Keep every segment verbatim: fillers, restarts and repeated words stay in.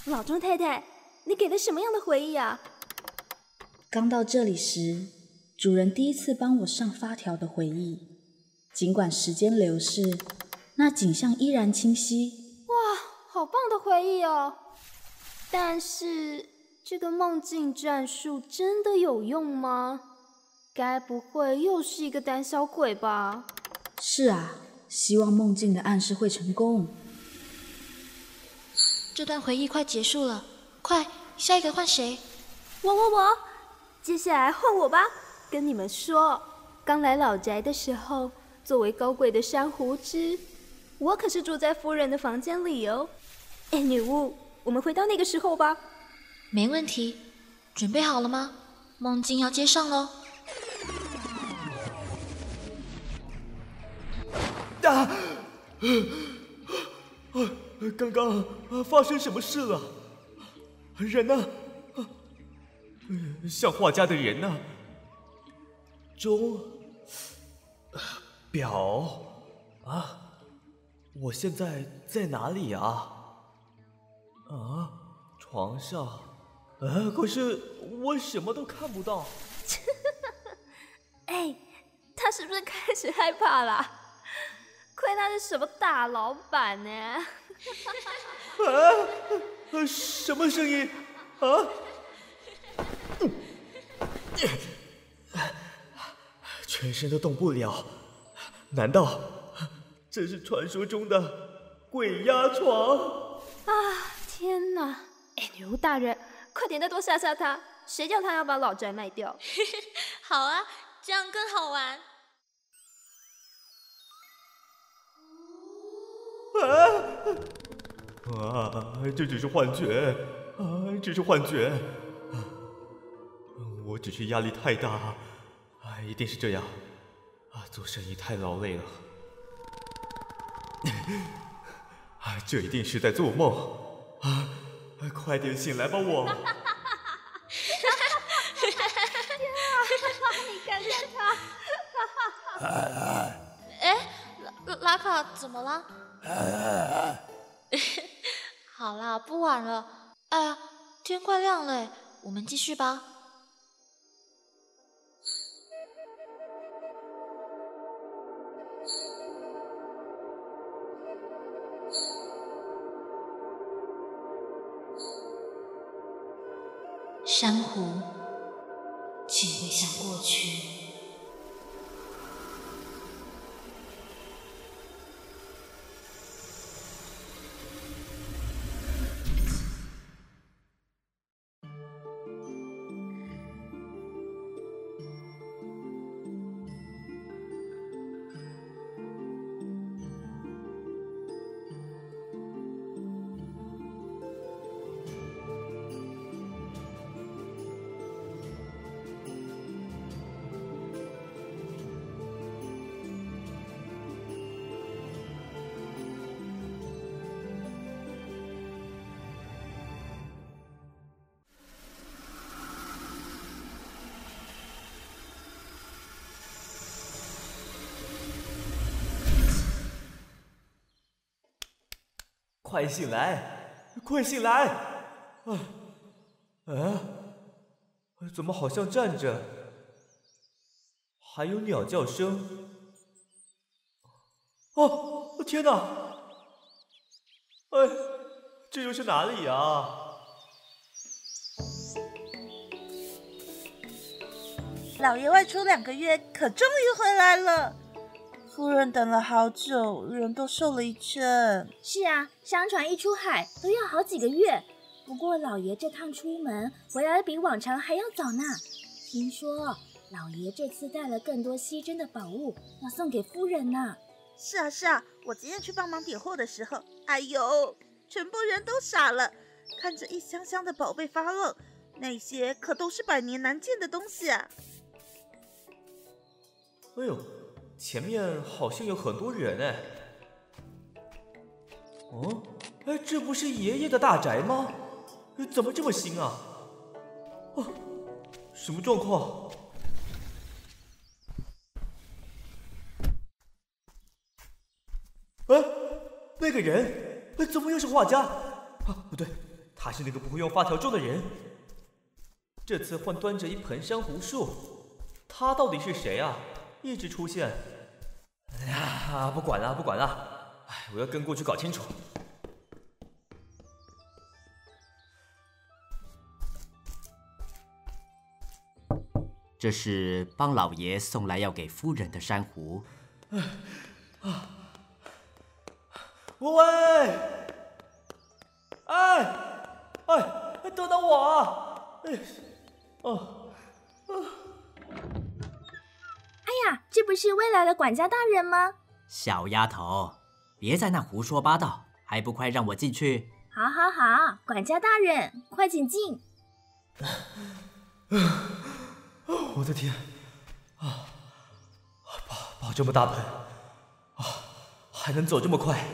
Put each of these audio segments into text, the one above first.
老庄太太，你给了什么样的回忆啊？ 刚到这里时，主人第一次帮我上发条的回忆。尽管时间流逝，那景象依然清晰。 哇，好棒的回忆哦！但是这个梦境战术真的有用吗？该不会又是一个胆小鬼吧？ 是啊，希望梦境的暗示会成功。 这段回忆快结束了，快，下一个换谁？ 我我我，接下来换我吧。跟你们说，刚来老宅的时候，作为高贵的珊瑚枝，我可是住在夫人的房间里哦。哎，女巫，我们回到那个时候吧。 没问题，准备好了吗？梦境要接上喽。 啊！呃刚刚发生什么事了？人呢？像画家的人呢？钟表啊！我现在在哪里啊？啊，床上。啊，可是我什么都看不到。 哎，他是不是开始害怕啦？亏他是什么大老板呢？ 啊！什么声音？啊！全身都动不了，难道这是传说中的鬼压床？ 啊！天哪！哎，女巫大人，快点再多吓吓他！谁叫他要把老宅卖掉？ 好啊，这样更好玩。 啊！啊！这只是幻觉，啊，只是幻觉。啊，我只是压力太大，啊，一定是这样。啊，做生意太劳累了。啊，这一定是在做梦。啊，快点醒来吧，我。 天啊！你看看他。 哎，拉拉卡怎么了？好啦，不晚了。哎呀，天快亮了，我们继续吧。珊瑚，请回想过去。 快醒来，快醒来！啊，啊，怎么好像站着？还有鸟叫声。哦，天哪！哎，这又是哪里啊？ 老爷外出两个月，可终于回来了。夫人等了好久，人都瘦了一圈。 是啊，相传一出海都要好几个月。不过老爷这趟出门回来比往常还要早呢。听说老爷这次带了更多稀珍的宝物，要送给夫人呢。 是啊是啊，我今天去帮忙点货的时候，哎呦，全部人都傻了，看着一箱箱的宝贝发愣，那些可都是百年难见的东西啊。 哎呦，前面好像有很多人哎。哦，哎，这不是爷爷的大宅吗？怎么这么新啊？哦，什么状况？哎，那个人，哎，怎么又是画家？啊，不对， 他是那个不会用发条咒的人。这次换端着一盆珊瑚树，他到底是谁啊？一直出现。哎呀，不管了，不管了，哎，我要跟过去搞清楚。 这是帮老爷送来要给夫人的珊瑚。 啊！喂！哎哎，等等我啊！哎，哦，啊！ 哎呀，这不是未来的管家大人吗？ 小丫头，别在那胡说八道，还不快让我进去？ 好，好，好，管家大人，快请进。 我的天！啊，抱抱这么大盆，啊，还能走这么快？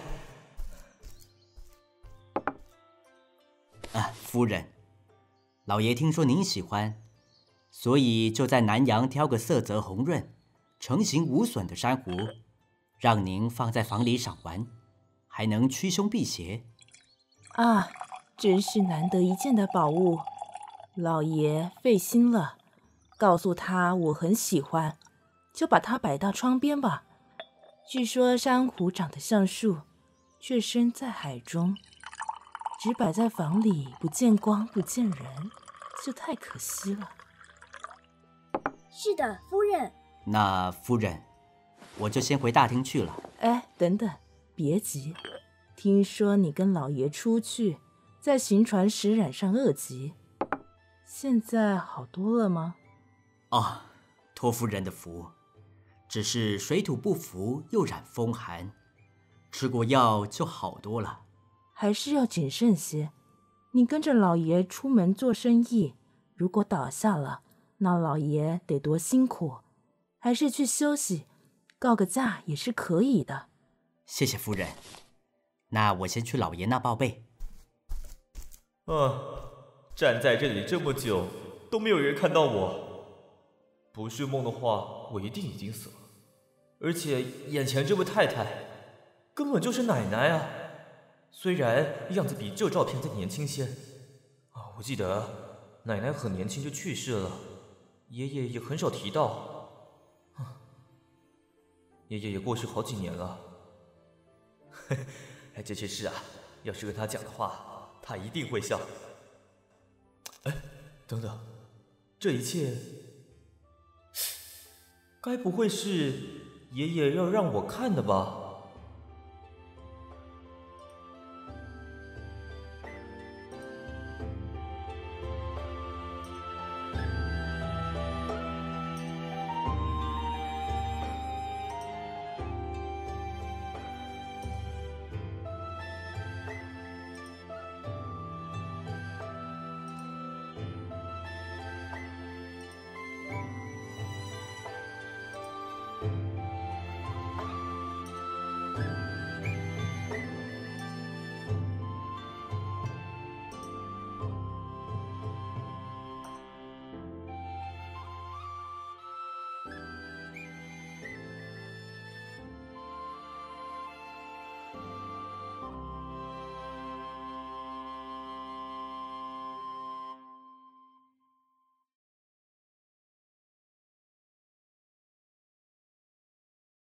啊，夫人，老爷听说您喜欢，所以就在南洋挑个色泽红润、成型无损的珊瑚，让您放在房里赏玩，还能驱凶避邪。 啊，真是难得一见的宝物，老爷费心了。告诉他我很喜欢，就把它摆到窗边吧。据说珊瑚长得像树，却生在海中，只摆在房里不见光不见人，就太可惜了。 是的，夫人。 那夫人，我就先回大厅去了。 哎，等等，别急。听说你跟老爷出去，在行船时染上恶疾，现在好多了吗？ 哦，托夫人的福，只是水土不服又染风寒，吃过药就好多了。 还是要谨慎些。你跟着老爷出门做生意，如果倒下了，那老爷得多辛苦。还是去休息，告个假也是可以的。 谢谢夫人，那我先去老爷那报备。 啊，站在这里这么久，都没有人看到我。不是梦的话，我一定已经死了。而且眼前这位太太，根本就是奶奶啊！虽然样子比这照片再年轻些，啊，我记得奶奶很年轻就去世了，爷爷也很少提到。爷爷也过世好几年了。嘿嘿，这些事啊，要是跟他讲的话，他一定会笑。哎，等等，这一切……该不会是爷爷要让我看的吧？